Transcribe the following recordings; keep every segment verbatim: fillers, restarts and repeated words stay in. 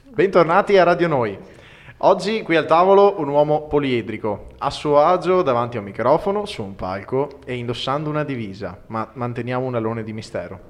Bentornati a Radio Noi. Oggi qui al tavolo un uomo poliedrico, a suo agio davanti a un microfono, su un palco e indossando una divisa, ma manteniamo un alone di mistero.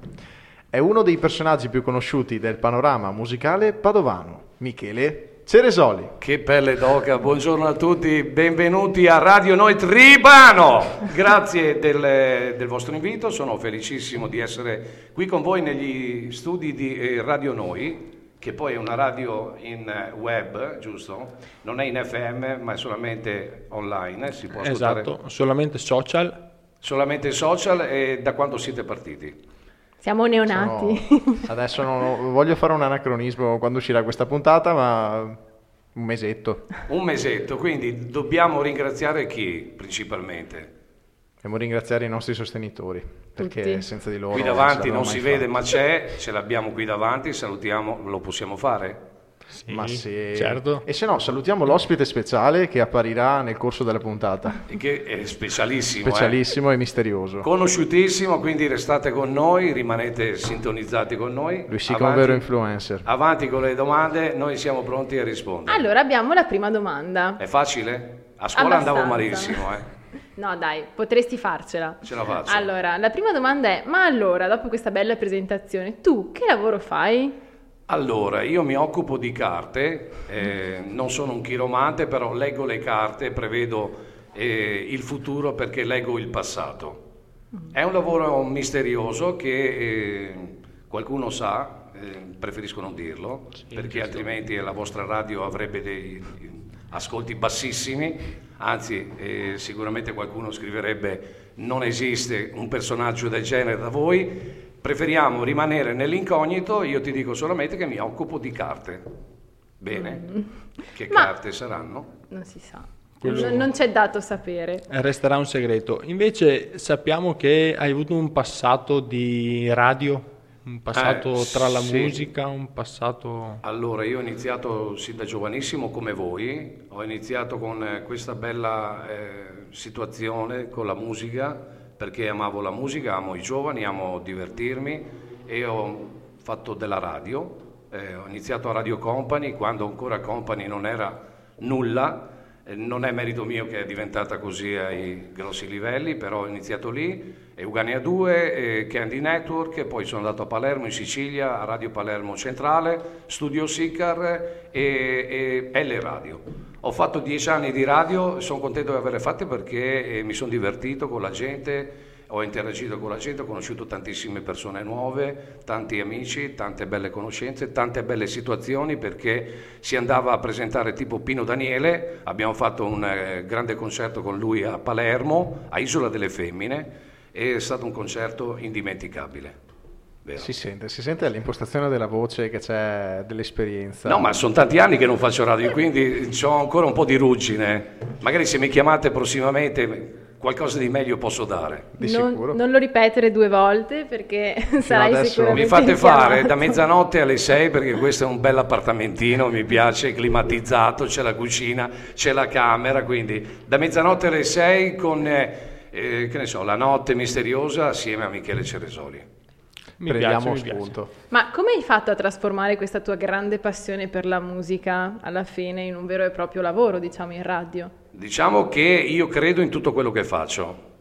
È uno dei personaggi più conosciuti del panorama musicale padovano, Michele Ceresoli. Che pelle d'oca, buongiorno a tutti, benvenuti a Radio Noi Tribano. Grazie del, del vostro invito, sono felicissimo di essere qui con voi negli studi di eh, Radio Noi, che poi è una radio in web, giusto? Non è in F M, ma è solamente online, si può ascoltare. Esatto, solamente social. Solamente social. E da quando siete partiti? Siamo neonati. Sono... Adesso non voglio fare un anacronismo quando uscirà questa puntata, ma un mesetto. Un mesetto, quindi dobbiamo ringraziare chi principalmente? Dobbiamo ringraziare i nostri sostenitori, perché Tutti. senza di loro qui davanti non, non si mai vede, fatto. ma c'è, ce l'abbiamo qui davanti, salutiamo, lo possiamo fare? Sì, Ma sì, certo. E se no salutiamo l'ospite speciale che apparirà nel corso della puntata. E che è specialissimo, Specialissimo eh? e misterioso. Conosciutissimo, quindi restate con noi, rimanete sintonizzati con noi. Lui sì che è un vero influencer. Avanti con le domande, noi siamo pronti a rispondere. Allora abbiamo la prima domanda. È facile? A scuola Abbastanza. andavo malissimo, eh? No dai, potresti farcela. Ce la faccio. Allora, la prima domanda è, ma allora, dopo questa bella presentazione, tu che lavoro fai? Allora, io mi occupo di carte, eh, non sono un chiromante, però leggo le carte, prevedo eh, il futuro perché leggo il passato. È un lavoro misterioso che eh, qualcuno sa, eh, preferisco non dirlo, sì, perché giusto. Altrimenti la vostra radio avrebbe dei ascolti bassissimi, anzi eh, sicuramente qualcuno scriverebbe non esiste un personaggio del genere da voi. Preferiamo rimanere nell'incognito, io ti dico solamente che mi occupo di carte. Bene, mm. Che Ma carte saranno? Non si sa, Quello... non, non c'è dato sapere. Resterà un segreto. Invece sappiamo che hai avuto un passato di radio, un passato eh, tra la sì. musica, un passato... Allora, io ho iniziato sin da giovanissimo come voi, ho iniziato con eh, questa bella eh, situazione con la musica, perché amavo la musica, amo i giovani, amo divertirmi e ho fatto della radio, eh, ho iniziato a Radio Company quando ancora Company non era nulla, eh, non è merito mio che è diventata così ai grossi livelli, però ho iniziato lì, Eugania due, eh, Candy Network, poi sono andato a Palermo in Sicilia, a Radio Palermo Centrale, Studio Sicar e, e L Radio. Ho fatto dieci anni di radio, sono contento di averle fatte perché eh, mi sono divertito con la gente, ho interagito con la gente, ho conosciuto tantissime persone nuove, tanti amici, tante belle conoscenze, tante belle situazioni perché si andava a presentare tipo Pino Daniele, abbiamo fatto un eh, grande concerto con lui a Palermo, a Isola delle Femmine, e è stato un concerto indimenticabile. Vero. Si sente, si sente l'impostazione della voce che c'è dell'esperienza. No, ma sono tanti anni che non faccio radio, quindi ho ancora un po' di ruggine. Magari se mi chiamate prossimamente qualcosa di meglio posso dare. Di non, sicuro. Non lo ripetere due volte perché sarai adesso sicuramente mi fate fare chiamato. da mezzanotte alle sei perché questo è un bel appartamentino, mi piace, climatizzato, c'è la cucina, c'è la camera, quindi da mezzanotte alle sei con, eh, eh, che ne so, la notte misteriosa assieme a Michele Ceresoli. Mi Prendiamo piace, mi spunto. piace. Ma come hai fatto a trasformare questa tua grande passione per la musica alla fine in un vero e proprio lavoro, diciamo, in radio? Diciamo che io credo in tutto quello che faccio.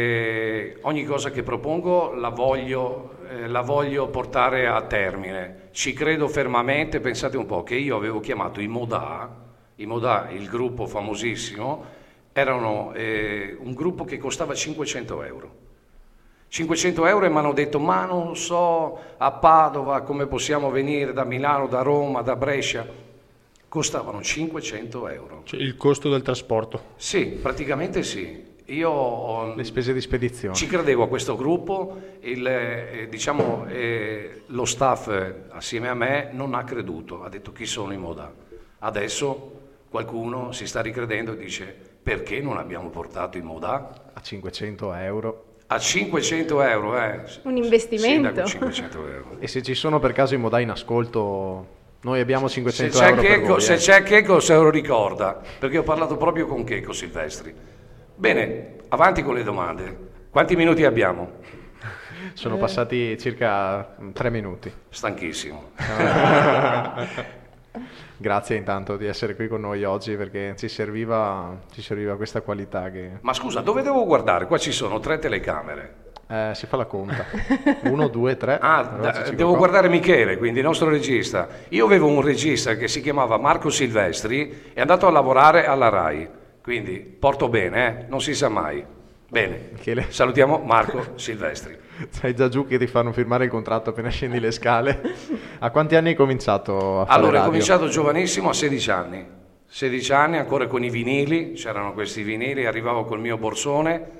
E ogni cosa che propongo la voglio, eh, la voglio portare a termine. Ci credo fermamente. Pensate un po' che io avevo chiamato i Modà, i Modà, il gruppo famosissimo, erano eh, un gruppo che costava cinquecento euro. cinquecento euro e mi hanno detto ma non so a Padova come possiamo venire da Milano, da Roma, da Brescia. Costavano cinquecento euro. Cioè, il costo del trasporto. Sì, praticamente sì. Io ho, Le spese di spedizione. ci credevo a questo gruppo, il, eh, diciamo, eh, lo staff eh, assieme a me non ha creduto, ha detto chi sono i Modà. Adesso qualcuno si sta ricredendo e dice perché non abbiamo portato i Modà? A cinquecento euro. A cinquecento euro, eh. Un investimento. Sì, dai, cinquecento euro. E se ci sono per caso i Modà in ascolto, noi abbiamo Se cinquecento c'è, euro per Checco, voi, se eh. c'è Checco se lo ricorda, perché ho parlato proprio con Checco Silvestri. Bene, avanti con le domande. Quanti minuti abbiamo? Sono passati circa tre minuti. Stanchissimo. Grazie intanto di essere qui con noi oggi perché ci serviva, ci serviva questa qualità che... Ma scusa, dove devo guardare? Qua ci sono tre telecamere. Eh, si fa la conta. Uno, due, tre. Ah, Allora, da- ci devo qua. guardare Michele, quindi il nostro regista. Io avevo un regista che si chiamava Marco Silvestri, è andato a lavorare alla RAI, quindi porto bene, eh? Non si sa mai. Bene, Michele. salutiamo Marco Silvestri. Sai già giù che ti fanno firmare il contratto appena scendi le scale. A quanti anni hai cominciato a fare Allora, ho radio? cominciato giovanissimo a sedici anni. sedici anni, ancora con i vinili, c'erano questi vinili, arrivavo col mio borsone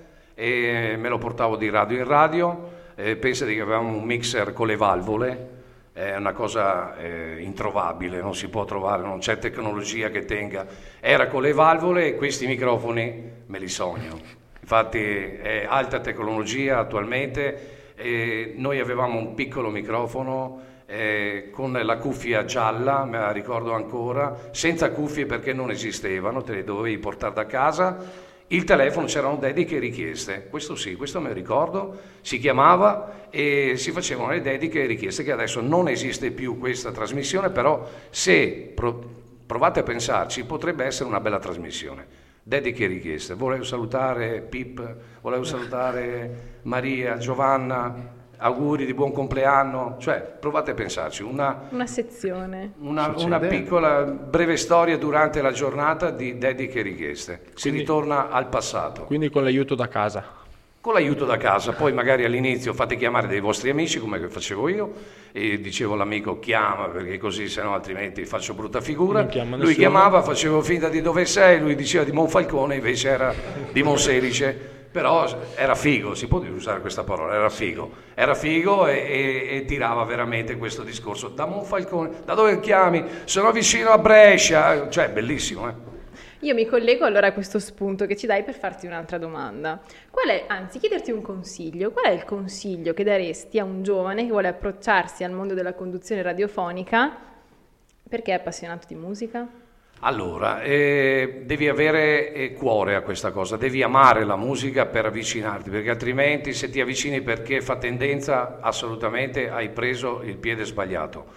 e me lo portavo di radio in radio. Eh, pensate che avevamo un mixer con le valvole, è una cosa eh, introvabile, non si può trovare, non c'è tecnologia che tenga. Era con le valvole e questi microfoni me li sogno. Infatti è alta tecnologia attualmente. E noi avevamo un piccolo microfono eh, con la cuffia gialla, me la ricordo ancora, senza cuffie perché non esistevano, te le dovevi portare da casa. Il telefono, c'erano dediche e richieste, questo sì, questo me lo ricordo, si chiamava e si facevano le dediche e richieste, che adesso non esiste più questa trasmissione, però se pro- provate a pensarci potrebbe essere una bella trasmissione. Dediche e richieste, volevo salutare Pip, volevo salutare Maria, Giovanna, auguri di buon compleanno, cioè provate a pensarci, una, Una sezione. una, Succede. una piccola breve storia durante la giornata di dediche e richieste, si Quindi- ritorna al passato. Quindi con l'aiuto da casa. Con l'aiuto da casa, poi magari all'inizio fate chiamare dei vostri amici come facevo io e dicevo all'amico chiama perché così se no altrimenti faccio brutta figura. Non chiama Lui nessuno. chiamava, facevo finta di dove sei, lui diceva di Monfalcone invece era di Monselice, però era figo, si può usare questa parola, era figo, era figo e, e- e tirava veramente questo discorso da Monfalcone, da dove chiami? Sono vicino a Brescia, cioè bellissimo eh. Io mi collego allora a questo spunto che ci dai per farti un'altra domanda. Qual è, anzi, chiederti un consiglio. Qual è il consiglio che daresti a un giovane che vuole approcciarsi al mondo della conduzione radiofonica perché è appassionato di musica? Allora, eh, devi avere eh, cuore a questa cosa, devi amare la musica per avvicinarti, perché altrimenti se ti avvicini perché fa tendenza, assolutamente hai preso il piede sbagliato.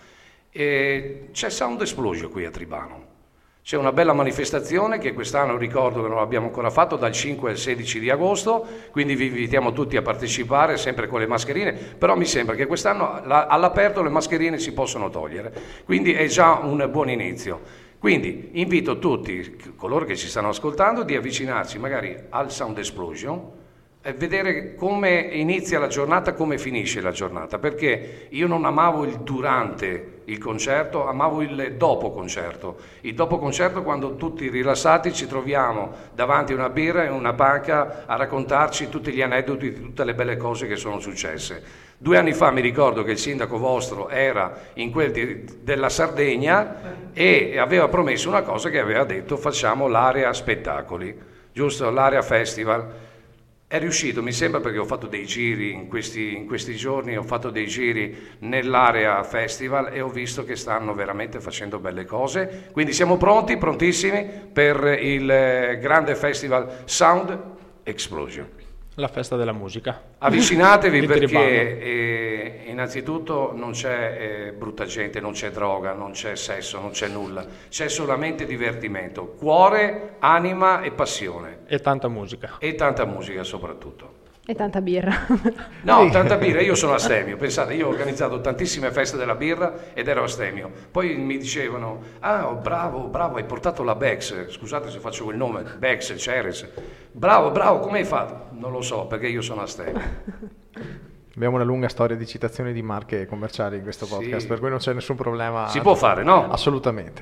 E c'è Sound Explosion qui a Tribano. C'è una bella manifestazione che quest'anno ricordo che non l'abbiamo ancora fatto dal cinque al sedici di agosto, quindi vi invitiamo tutti a partecipare sempre con le mascherine, però mi sembra che quest'anno la- all'aperto le mascherine si possono togliere, quindi è già un buon inizio. Quindi invito tutti coloro che ci stanno ascoltando di avvicinarsi magari al Sound Explosion e vedere come inizia la giornata, come finisce la giornata, perché io non amavo il durante il concerto, amavo il dopo concerto. Il dopo concerto quando tutti rilassati ci troviamo davanti a una birra e una panca a raccontarci tutti gli aneddoti di tutte le belle cose che sono successe. Due anni fa mi ricordo che il sindaco vostro era in quel di- della Sardegna e aveva promesso una cosa che aveva detto: facciamo l'area spettacoli, giusto? L'area festival. È riuscito, mi sembra, perché ho fatto dei giri in questi, in questi giorni, ho fatto dei giri nell'area festival e ho visto che stanno veramente facendo belle cose. Quindi siamo pronti, prontissimi per il eh, grande festival Sound Explosion. La festa della musica. Avvicinatevi Di perché Tribano. eh, innanzitutto non c'è eh, brutta gente, non c'è droga, non c'è sesso, non c'è nulla, c'è solamente divertimento, cuore, anima e passione E tanta musica. e tanta musica soprattutto. E tanta birra. No, tanta birra, io sono astemio, pensate, io ho organizzato tantissime feste della birra ed ero astemio. Poi mi dicevano, ah, oh, bravo, bravo, hai portato la Bex, scusate se faccio quel nome, Bex, Ceres. Bravo, bravo, come hai fatto? Non lo so, perché io sono astemio. Abbiamo una lunga storia di citazioni di marche commerciali in questo podcast, Sì. per cui non c'è nessun problema. Si può fare, no? Assolutamente.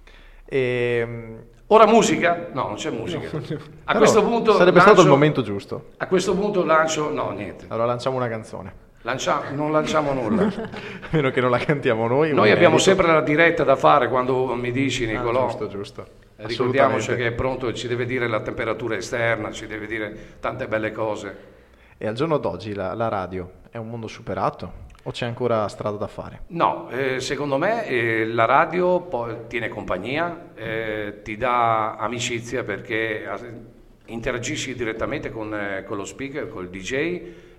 E, Ora musica? No, non c'è musica. A questo punto sarebbe lancio, stato il momento giusto. A questo punto lancio, no, niente. Allora lanciamo una canzone. Lancia- non lanciamo nulla. A meno che non la cantiamo noi. Noi un abbiamo inedito. sempre la diretta da fare quando mi dici, Ah, Nicolò. giusto, giusto. Eh, Ricordiamoci Assolutamente. che è pronto, ci deve dire la temperatura esterna, ci deve dire tante belle cose. E al giorno d'oggi la, la radio è un mondo superato o c'è ancora strada da fare? No, eh, secondo me eh, la radio poi tiene compagnia, eh, ti dà amicizia perché eh, interagisci direttamente con, eh, con lo speaker, col D J,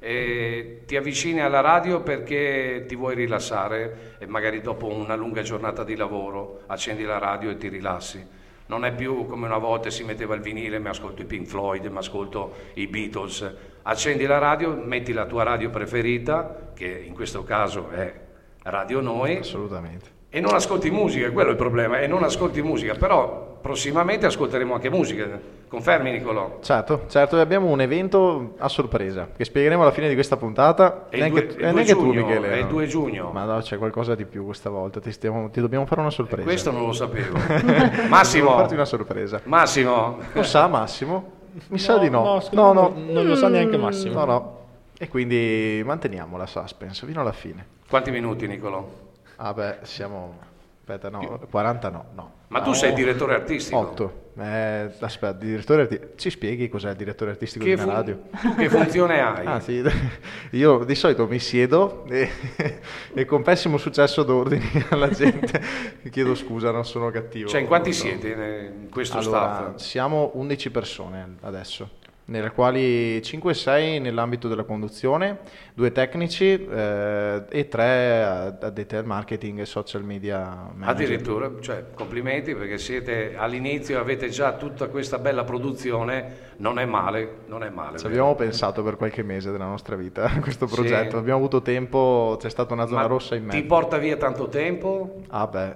e ti avvicini alla radio perché ti vuoi rilassare e magari dopo una lunga giornata di lavoro accendi la radio e ti rilassi. Non è più come una volta si metteva il vinile, mi ascolto i Pink Floyd, mi ascolto i Beatles. Accendi la radio, metti la tua radio preferita, che in questo caso è Radio Noi. Assolutamente. E non ascolti musica, quello è il problema, e non ascolti musica, però prossimamente ascolteremo anche musica, confermi Nicolò? Certo, certo, abbiamo un evento a sorpresa che spiegheremo alla fine di questa puntata. È il neanche, due- eh, il neanche due tu giugno, Michele. è il no? due giugno. Ma no, c'è qualcosa di più questa volta, ti, stiamo, ti dobbiamo fare una sorpresa. Questo non lo sapevo. Dobbiamo Massimo, farti una sorpresa. Massimo, Lo sa Massimo? Mi sa di no. No, No, secondo no, me non lo sa neanche Massimo. no, no. E quindi manteniamo la suspense fino alla fine. quanti minuti Nicolò? Ah beh, siamo... Aspetta, no, quaranta no, no. Ma tu sei direttore artistico? otto. Eh, aspetta, direttore arti- ci spieghi cos'è il direttore artistico Che, di una fun- radio? tu che funzione hai? Ah sì, io di solito mi siedo e, e con pessimo successo d'ordini alla gente chiedo scusa, non sono cattivo. Cioè in quanti lo so. siete eh, in questo Allora, staff? siamo undici persone adesso, nelle quali cinque sei nell'ambito della conduzione, due tecnici eh, e tre addetti al marketing e social media manager. Addirittura, cioè complimenti perché siete all'inizio, avete già tutta questa bella produzione, non è male, non è male. Ci vero? abbiamo pensato per qualche mese della nostra vita a questo Sì. progetto, abbiamo avuto tempo, c'è stata una zona Ma rossa in ti mezzo. porta via tanto tempo? Ah beh,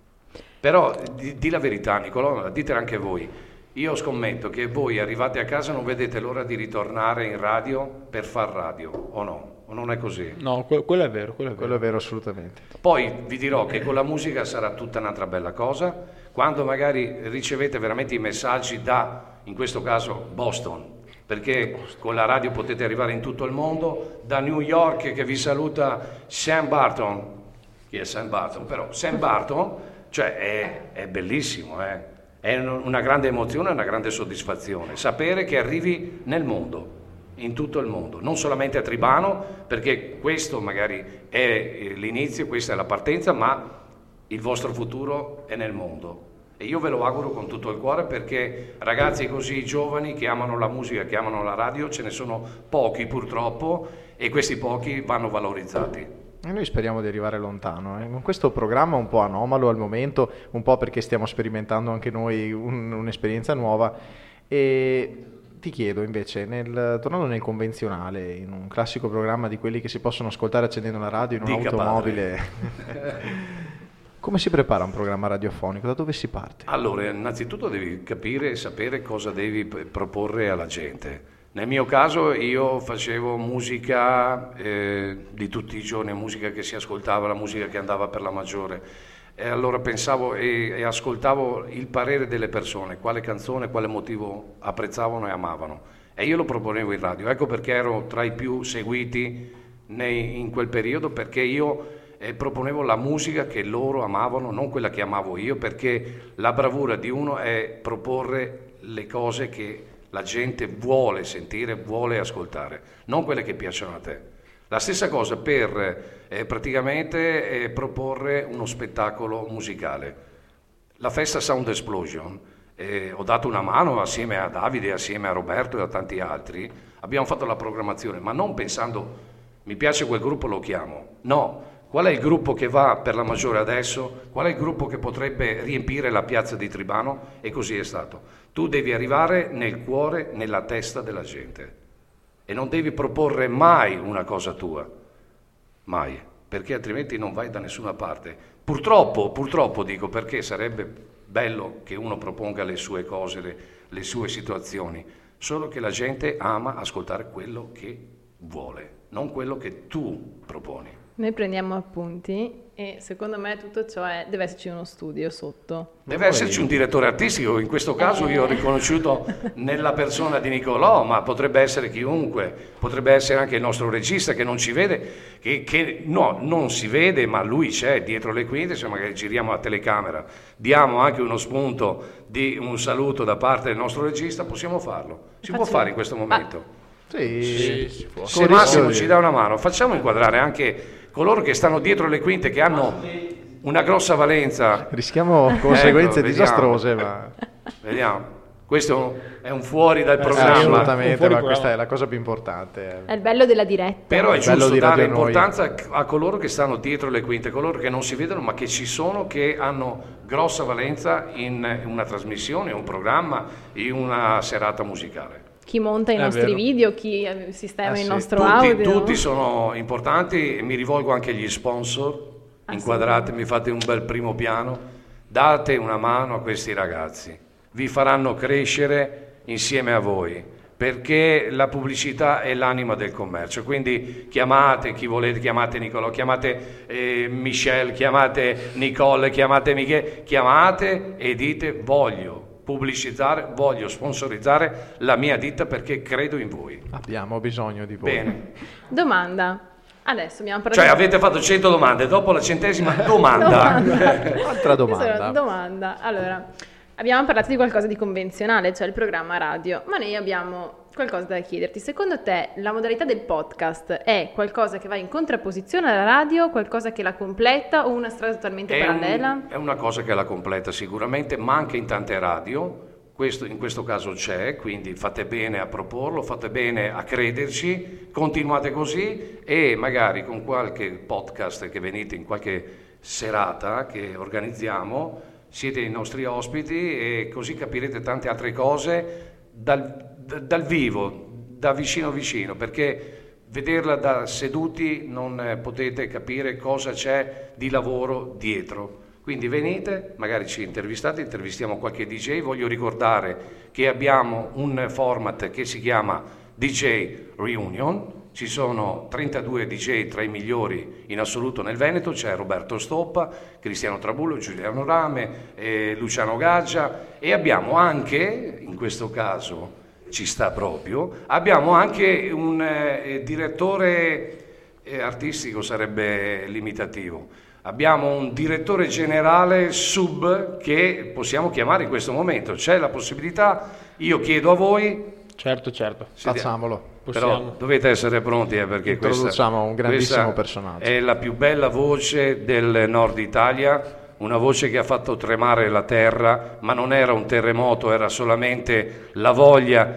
Però di, di la verità Nicolò, ditela anche voi. Io scommetto che voi arrivate a casa e non vedete l'ora di ritornare in radio per far radio, o no? O non è così? No, que- quello è vero, quello è vero. quello è vero assolutamente. Poi vi dirò che con la musica sarà tutta un'altra bella cosa, quando magari ricevete veramente i messaggi da, in questo caso, Boston, perché con la radio potete arrivare in tutto il mondo, da New York che vi saluta Sam Barton. Chi è Sam Barton? Però Sam Barton, cioè è, è bellissimo, eh? È un- una grande emozione, una grande soddisfazione, sapere che arrivi nel mondo, in tutto il mondo, non solamente a Tribano, perché questo magari è eh, l'inizio, questa è la partenza, ma il vostro futuro è nel mondo. E io ve lo auguro con tutto il cuore perché ragazzi così giovani che amano la musica, che amano la radio, ce ne sono pochi purtroppo e questi pochi vanno valorizzati. E noi speriamo di arrivare lontano, eh. Con questo programma un po' anomalo al momento, un po' perché stiamo sperimentando anche noi un- un'esperienza nuova. E ti chiedo invece, nel, tornando nel convenzionale, in un classico programma di quelli che si possono ascoltare accendendo la radio in Dica, un'automobile, come si prepara un programma radiofonico? Da dove si parte? Allora, innanzitutto devi capire e sapere cosa devi p- proporre alla gente. Nel mio caso io facevo musica eh, di tutti i giorni, musica che si ascoltava, la musica che andava per la maggiore. E allora pensavo e, e ascoltavo il parere delle persone, quale canzone, quale motivo apprezzavano e amavano. E io lo proponevo in radio. Ecco perché ero tra i più seguiti nei- in quel periodo, perché io eh, proponevo la musica che loro amavano, non quella che amavo io, perché la bravura di uno è proporre le cose che la gente vuole sentire, vuole ascoltare, non quelle che piacciono a te. La stessa cosa per eh, praticamente eh, proporre uno spettacolo musicale. La festa Sound Explosion, eh, ho dato una mano assieme a Davide, assieme a Roberto e a tanti altri, abbiamo fatto la programmazione, ma non pensando, mi piace quel gruppo, lo chiamo. No, qual è il gruppo che va per la maggiore adesso? Qual è il gruppo che potrebbe riempire la piazza di Tribano? E così è stato. Tu devi arrivare nel cuore, nella testa della gente e non devi proporre mai una cosa tua, mai, perché altrimenti non vai da nessuna parte. Purtroppo, purtroppo dico, perché sarebbe bello che uno proponga le sue cose, le, le sue situazioni, solo che la gente ama ascoltare quello che vuole, non quello che tu proponi. Noi prendiamo appunti e secondo me tutto ciò è, deve esserci uno studio sotto. Deve esserci un direttore artistico, in questo caso io ho riconosciuto nella persona di Nicolò, ma potrebbe essere chiunque, potrebbe essere anche il nostro regista che non ci vede, che, che no, non si vede, ma lui c'è dietro le quinte, se magari giriamo la telecamera, diamo anche uno spunto di un saluto da parte del nostro regista, possiamo farlo, si può Facciamo. fare in questo momento. Sì, Sì, si può. Se Massimo ci dà una mano, facciamo inquadrare anche coloro che stanno dietro le quinte, che hanno una grossa valenza. rischiamo conseguenze Ecco, vediamo. disastrose, ma Vediamo. Questo è un fuori dal Eh, programma. sì, Assolutamente, un fuori ma programma. questa è la cosa più importante. È il bello della diretta. Però è Il bello giusto di dare Radio Noi. importanza a coloro che stanno dietro le quinte, coloro che non si vedono ma che ci sono, che hanno grossa valenza in una trasmissione, un programma, in una serata musicale. Chi monta i È nostri vero. video, chi eh, sistema Eh il sì, nostro Tutti, audio. tutti sono importanti e mi rivolgo anche agli sponsor. Inquadrate, mi fate un bel primo piano, date una mano a questi ragazzi, vi faranno crescere insieme a voi, perché la pubblicità è l'anima del commercio, quindi chiamate chi volete, chiamate Nicolò, chiamate eh, Michel, chiamate Nicole, chiamate Michele, chiamate e dite voglio pubblicizzare, voglio sponsorizzare la mia ditta perché credo in voi. Abbiamo bisogno di voi. Bene, Domanda. Adesso abbiamo parlato cioè avete fatto cento domande, dopo la centesima domanda. Altra domanda. Questa è una domanda. Allora, abbiamo parlato di qualcosa di convenzionale, cioè il programma radio, ma noi abbiamo qualcosa da chiederti. Secondo te la modalità del podcast è qualcosa che va in contrapposizione alla radio, qualcosa che la completa o una strada totalmente È, parallela? un- è una cosa che la completa sicuramente, ma anche in tante radio. Questo, in questo caso c'è, quindi fate bene a proporlo, fate bene a crederci, continuate così e magari con qualche podcast che venite in qualche serata che organizziamo, siete i nostri ospiti e così capirete tante altre cose dal, da- dal vivo, da vicino vicino, perché vederla da seduti non eh, potete capire cosa c'è di lavoro dietro. Quindi venite, magari ci intervistate, intervistiamo qualche D J. Voglio ricordare che abbiamo un format che si chiama D J Reunion. Ci sono trentadue D J tra i migliori in assoluto nel Veneto. C'è Roberto Stoppa, Cristiano Trabullo, Giuliano Rame, eh, Luciano Gaggia e abbiamo anche, in questo caso ci sta proprio, abbiamo anche un eh, direttore eh, artistico, sarebbe limitativo. Abbiamo un direttore generale sub che possiamo chiamare in questo momento. C'è la possibilità, io chiedo a voi, Certo, certo. siete- Facciamolo. però Possiamo. dovete essere pronti eh, perché questa, Introduciamo un grandissimo questa personaggio. è la più bella voce del nord Italia, una voce che ha fatto tremare la terra, ma non era un terremoto, era solamente la voglia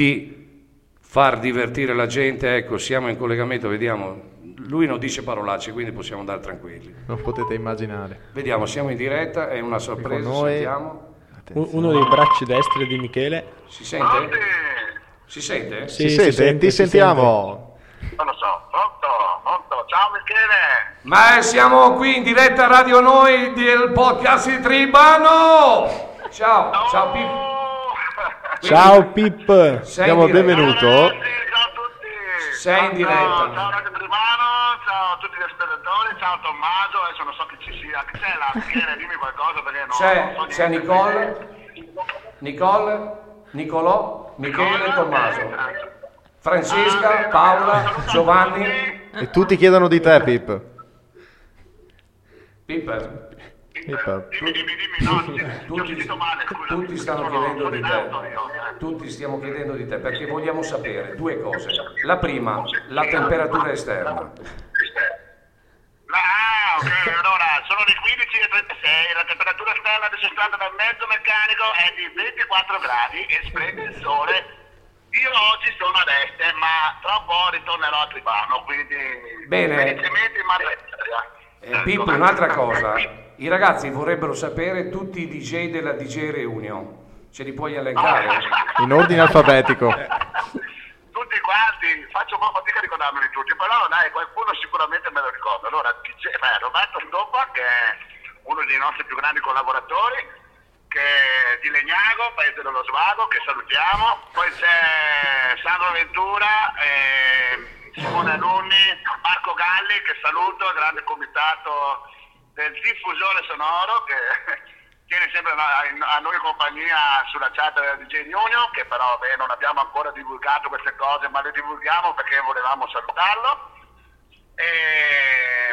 di far divertire la gente. Ecco, siamo in collegamento, vediamo. Lui non dice parolacce, quindi possiamo andare tranquilli. Non potete immaginare. Vediamo, siamo in diretta, è una sorpresa, Con noi. sentiamo. U- Uno dei bracci destri di Michele. Si sente? Si sente? Sì, si si sente? sente, Ti si sentiamo. Non lo so, pronto, pronto, ciao Michele! Ma eh, siamo qui in diretta Radio Noi del podcast di Tribano! Ciao, ciao Pippo. Ciao Pip! Sei Diamo in il diretta. benvenuto. Ciao a tutti, ciao a tutti! Sei in Ciao, diretta. Ciao Radio Tribano, ciao a tutti gli spettatori, ciao Tommaso, adesso non so chi ci sia, chi c'è là, Michele, dimmi qualcosa perché non, C'è, non so c'è niente. Nicole, Nicole, Nicolò, Michele e Tommaso. Francesca, Paola, Giovanni. E tutti chiedono di te, Pip. Pipper. Pip. Dimmi, dimmi, dimmi, no, ti, ti ho Tutti, sentito male, scusa. tutti stanno Sono- chiedendo sono di in te. auto io, eh. Tutti stiamo chiedendo di te perché vogliamo sapere due cose. La prima, la temperatura esterna. Ah, ok, allora sono le quindici e trentasei, la temperatura esterna registrata dal mezzo meccanico è di ventiquattro gradi e splende il sole. Io oggi sono ad est, ma tra un po' ritornerò a Tribano, quindi Bene. felicemente in madre. Eh, Pippo, un'altra cosa. I ragazzi vorrebbero sapere tutti i D J della D J Reunion. Ce li puoi elencare? In ordine alfabetico. Tutti quanti, faccio un po' fatica a ricordarmeli tutti, però dai, qualcuno sicuramente me lo ricordo. Allora, D J, beh, Roberto Stoppa, che è uno dei nostri più grandi collaboratori, che è di Legnago, paese dello Svago, che salutiamo. Poi c'è Sandro Ventura, eh, Simone Alunni, Marco Galli, che saluto, grande comitato del diffusore sonoro, che tiene sempre a noi compagnia sulla chat della D J Reunion, che però beh, non abbiamo ancora divulgato queste cose, ma le divulghiamo perché volevamo salutarlo. E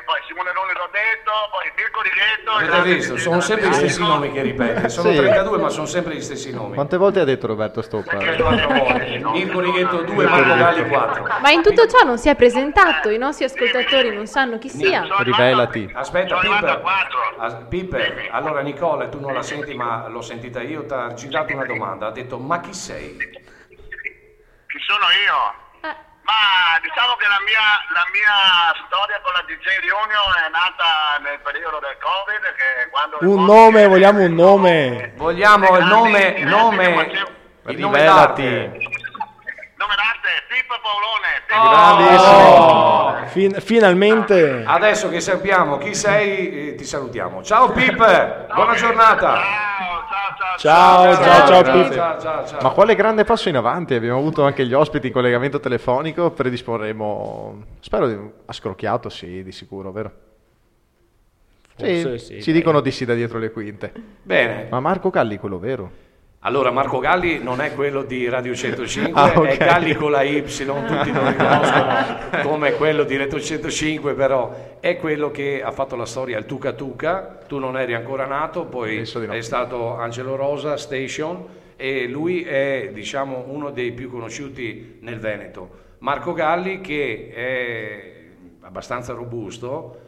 poi Simone Loni l'ho detto, poi Mirko Righetto. Avete visto? Sono sempre gli stessi nomi che ripete. Sono Sì. trentadue, ma sono sempre gli stessi nomi. Quante volte ha detto Roberto Stoppa? Perché Quattro volte. Mirko Righetto due, Marco Galli quattro. Ma in tutto ciò non si è presentato, i nostri ascoltatori non sanno chi sia. Sono Rivelati. arrivato- Aspetta, sono arrivato a Pippe, quattro. As- Pippe, allora Nicola, tu non la senti ma l'ho sentita io, ti ha girato una domanda, ha detto ma chi sei? Chi sono io? Eh, Ma diciamo che la mia, la mia storia con la D J Reunion è nata nel periodo del Covid, che quando il Un Covid nome, è- vogliamo un nome. Vogliamo il nome, Grandi, nome, facevo- il nome Rivelati. d'arte. Nome d'arte, Pippo Paolone. Oh! Grandissimo. Fin- finalmente. Adesso che sappiamo chi sei, eh, ti salutiamo. Ciao Pippe, buona giornata. Ciao, ciao, ciao. Ciao, ciao, ciao, ciao, Pippe. ciao, ciao, ciao. Ma quale grande passo in avanti, abbiamo avuto anche gli ospiti in collegamento telefonico, predisporremo, spero, di- a scrocchiato, sì, di sicuro, vero? Forse sì, ci dai. dicono di sì da dietro le quinte. Bene, Ma Marco Galli, quello vero? allora Marco Galli non è quello di Radio centocinque, Ah, ok. è Galli con la Y, tutti lo riconoscono come quello di Radio centocinque, però è quello che ha fatto la storia al Tuca Tuca, tu non eri ancora nato, poi Penso di no. è stato Angelo Rosa Station e lui è diciamo uno dei più conosciuti nel Veneto. Marco Galli che è abbastanza robusto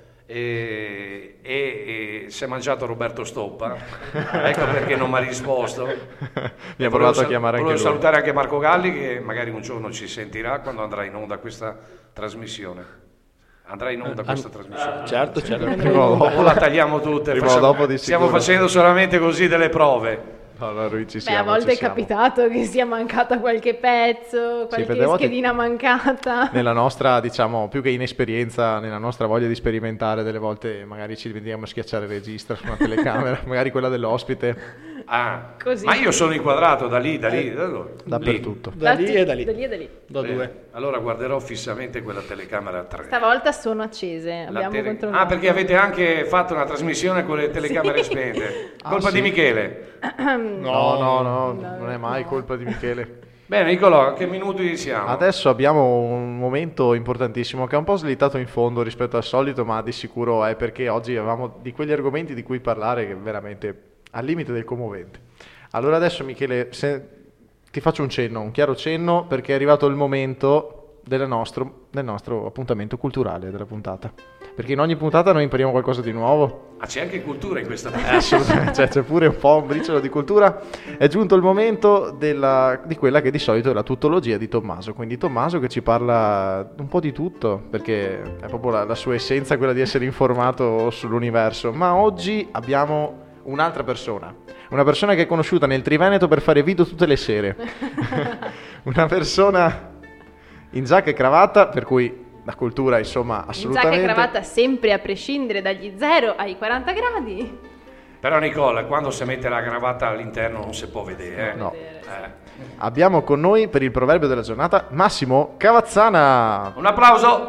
e, e- e si è mangiato Roberto Stoppa, ecco perché non mi ha risposto. Mi E ha volevo provato a sal- chiamare anche volevo lui. salutare anche Marco Galli che magari un giorno ci sentirà quando andrà in onda questa trasmissione. Andrà in onda questa trasmissione. Certo, certo. Prima o dopo. O la tagliamo tutte. Prima o facciamo- dopo di stiamo sicuro. facendo solamente così delle prove. Allora, lui ci beh, siamo, a volte ci è siamo. capitato che sia mancata qualche pezzo, qualche per delle volte- schedina mancata. Nella nostra, diciamo, più che inesperienza, nella nostra voglia di sperimentare, delle volte magari ci dimentichiamo a schiacciare il registro su una telecamera, magari quella dell'ospite, Ah, Così. ma io sono inquadrato da lì, da lì, da dove? dappertutto. Da lì e da lì. Da lì e da lì. Da Bene, due. allora guarderò fissamente quella telecamera tre. Stavolta sono accese, La abbiamo tele- controllato. Ah, perché avete anche fatto una trasmissione con le telecamere spente. Colpa Ah, di sì? Michele. No, no, no, non è mai colpa di Michele. Bene, Nicolò, a che minuti siamo? Adesso abbiamo un momento importantissimo che è un po' slittato in fondo rispetto al solito, ma di sicuro è perché oggi avevamo di quegli argomenti di cui parlare che è veramente al limite del commovente. Allora adesso Michele, se ti faccio un cenno, un chiaro cenno, perché è arrivato il momento del nostro, del nostro appuntamento culturale della puntata. Perché in ogni puntata noi impariamo qualcosa di nuovo. Ah, c'è anche cultura in questa Eh, assolutamente, cioè, c'è pure un po' un briciolo di cultura. È giunto il momento della- di quella che di solito è la tuttologia di Tommaso. Quindi Tommaso che ci parla un po' di tutto, perché è proprio la, la sua essenza quella di essere informato sull'universo. Ma oggi abbiamo un'altra persona, una persona che è conosciuta nel Triveneto per fare video tutte le sere. Una persona in giacca e cravatta, per cui la cultura insomma In giacca assolutamente. e cravatta sempre a prescindere dagli zero ai quaranta gradi. Però Nicola, quando si mette la cravatta all'interno non si può vedere. Eh? No. Eh. Abbiamo con noi per il proverbio della giornata Massimo Cavazzana. Un applauso.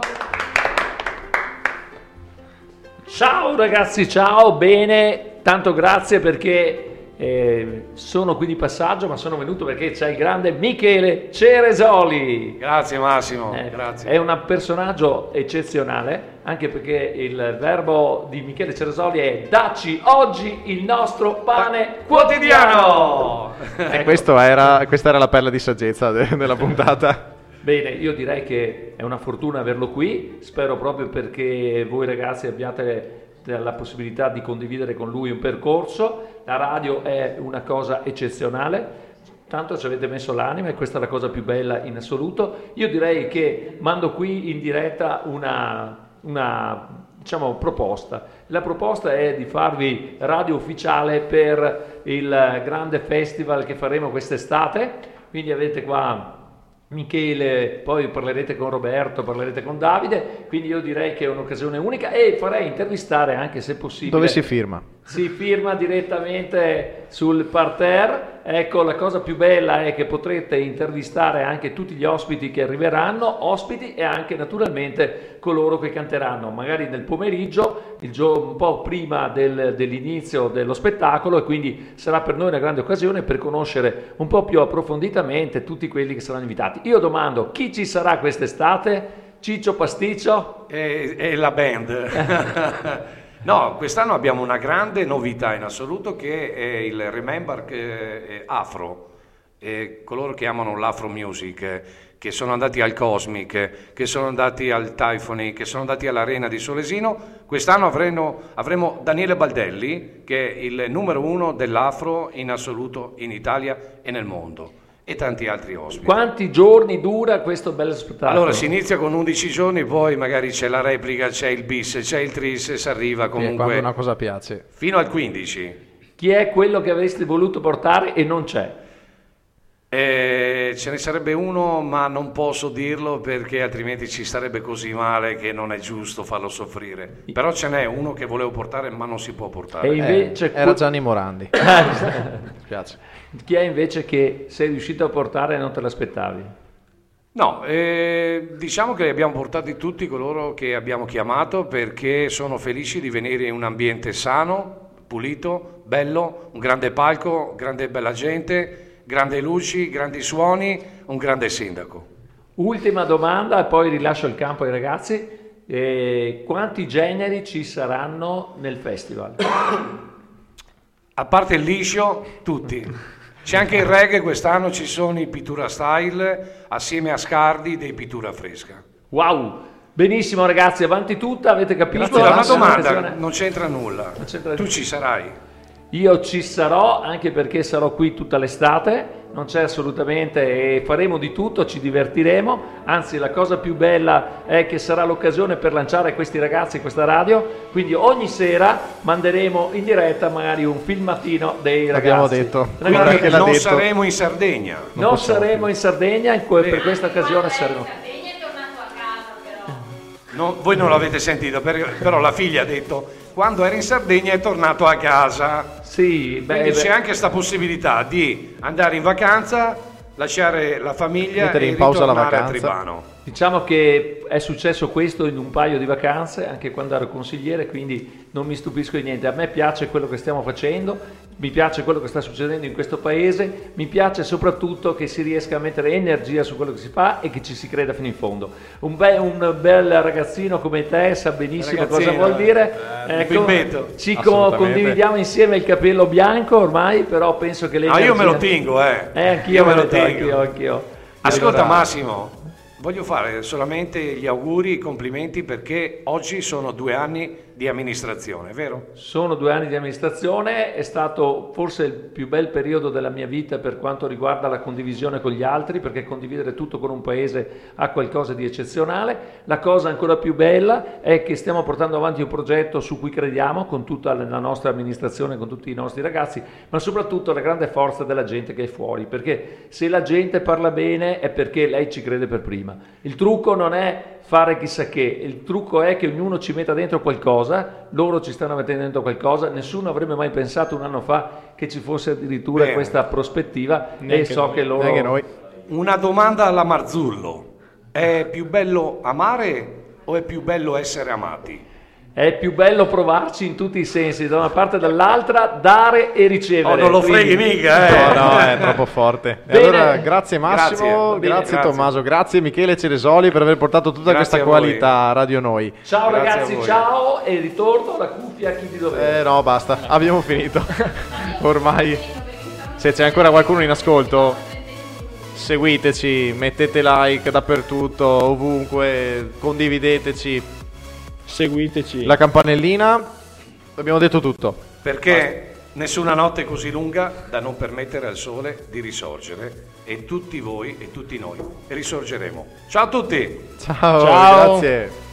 Ciao ragazzi, ciao, bene, tanto grazie perché eh, sono qui di passaggio, ma sono venuto perché c'è il grande Michele Ceresoli. Grazie Massimo, Eh, grazie. È un personaggio eccezionale, anche perché il verbo di Michele Ceresoli è dacci oggi il nostro pane quotidiano. E Ecco. questo era, questa era la perla di saggezza de- della puntata. Bene, io direi che è una fortuna averlo qui, spero proprio perché voi ragazzi abbiate la possibilità di condividere con lui un percorso. La radio è una cosa eccezionale, tanto ci avete messo l'anima e questa è la cosa più bella in assoluto. Io direi che mando qui in diretta una, una diciamo, proposta. La proposta è di farvi radio ufficiale per il grande festival che faremo quest'estate, quindi avete qua Michele, poi parlerete con Roberto, parlerete con Davide, quindi io direi che è un'occasione unica e farei intervistare anche se possibile. Dove si firma? Si firma direttamente sul parterre. Ecco, la cosa più bella è che potrete intervistare anche tutti gli ospiti che arriveranno, ospiti e anche naturalmente coloro che canteranno, magari nel pomeriggio, il gio- un po' prima del- dell'inizio dello spettacolo, e quindi sarà per noi una grande occasione per conoscere un po' più approfonditamente tutti quelli che saranno invitati. Io domando chi ci sarà quest'estate? Ciccio Pasticcio? E, e la band. No, quest'anno abbiamo una grande novità in assoluto che è il Remember eh, Afro. E coloro che amano l'Afro Music, eh, che sono andati al Cosmic, eh, che sono andati al Typhony, che sono andati all'Arena di Solesino, quest'anno avremo, avremo Daniele Baldelli, che è il numero uno dell'Afro in assoluto in Italia e nel mondo, e tanti altri ospiti. Quanti giorni dura questo bello spettacolo? Allora si inizia con undici giorni, poi magari c'è la replica, c'è il bis, c'è il tris e si arriva comunque quando una cosa piace. Fino al quindici. Chi è quello che avreste voluto portare e non c'è? Eh, ce ne sarebbe uno, ma non posso dirlo perché altrimenti ci starebbe così male che non è giusto farlo soffrire. Però ce n'è uno che volevo portare ma non si può portare. E invece Eh, era Gianni Morandi. Mi spiace. Chi è invece che sei riuscito a portare e non te l'aspettavi? No, eh, diciamo che li abbiamo portati tutti coloro che abbiamo chiamato perché sono felici di venire in un ambiente sano, pulito, bello, un grande palco, grande bella gente, grandi luci, grandi suoni, un grande sindaco. Ultima domanda e poi rilascio il campo ai ragazzi. Eh, quanti generi ci saranno nel festival? A parte il liscio, tutti. C'è anche il reggae, quest'anno ci sono i Pittura Style assieme a Scardi dei Pittura Fresca. Wow! Benissimo ragazzi, avanti tutta, avete capito? Grazie, una La domanda, presentazione- non c'entra nulla. Non c'entra Tu niente. ci sarai? Io ci sarò anche perché sarò qui tutta l'estate, non c'è assolutamente, e faremo di tutto, ci divertiremo, anzi la cosa più bella è che sarà l'occasione per lanciare questi ragazzi questa radio, quindi ogni sera manderemo in diretta magari un filmatino dei ragazzi. L'abbiamo detto. Ragazzi, Guarda che l'ha non detto. saremo in Sardegna. non possiamo saremo in Sardegna, in que- per questa occasione Quando saremo... in Sardegna è tornato a casa però. No, voi non l'avete sentito, per- però la figlia ha detto quando era in Sardegna è tornato a casa. Sì, beh, Quindi beh, c'è anche questa possibilità di andare in vacanza, lasciare la famiglia Mettere e in pausa la ritornare a vacanza. Tribano. diciamo che è successo questo in un paio di vacanze, anche quando ero consigliere, quindi non mi stupisco di niente. A me piace quello che stiamo facendo, mi piace quello che sta succedendo in questo paese, mi piace soprattutto che si riesca a mettere energia su quello che si fa e che ci si creda fino in fondo. Un, be- un bel ragazzino come te sa benissimo cosa Ragazzino, vuol dire. eh, Ecco, bimbetto. ci co- Assolutamente. condividiamo insieme il capello bianco ormai, però penso che Ah, io me lo l'energia- tengo, eh. Eh, anch'io Io me lo tengo. tengo, anch'io, anch'io. Ascolta Allora- Massimo, voglio fare solamente gli auguri, i complimenti perché oggi sono due anni di amministrazione, vero? Sono due anni di amministrazione, è stato forse il più bel periodo della mia vita per quanto riguarda la condivisione con gli altri, perché condividere tutto con un paese ha qualcosa di eccezionale. La cosa ancora più bella è che stiamo portando avanti un progetto su cui crediamo con tutta la nostra amministrazione, con tutti i nostri ragazzi, ma soprattutto la grande forza della gente che è fuori, perché se la gente parla bene è perché lei ci crede per prima. Il trucco non è fare chissà che, il trucco è che ognuno ci metta dentro qualcosa, loro ci stanno mettendo dentro qualcosa, nessuno avrebbe mai pensato un anno fa che ci fosse addirittura Bene. questa prospettiva e Neanche so noi, che loro... neanche noi. Una domanda alla Marzullo, è più bello amare o è più bello essere amati? È più bello provarci in tutti i sensi, da una parte e dall'altra, dare e ricevere. Oh, non lo freghi Quindi- mica, eh! No, no, è troppo forte. E Bene. allora, grazie Massimo, Grazie. grazie, Bene, Tommaso, grazie Michele Ceresoli per aver portato tutta Grazie questa a voi. qualità a Radio Noi. Ciao Grazie a ragazzi, voi. ciao e ritorno la cuffia a chi di dovere. Eh no, basta, abbiamo finito. Ormai, se c'è ancora qualcuno in ascolto, seguiteci, mettete like dappertutto, ovunque, condivideteci. Seguiteci. La campanellina, abbiamo detto tutto. Perché nessuna notte è così lunga da non permettere al sole di risorgere e tutti voi e tutti noi risorgeremo. Ciao a tutti! Ciao, Ciao. grazie.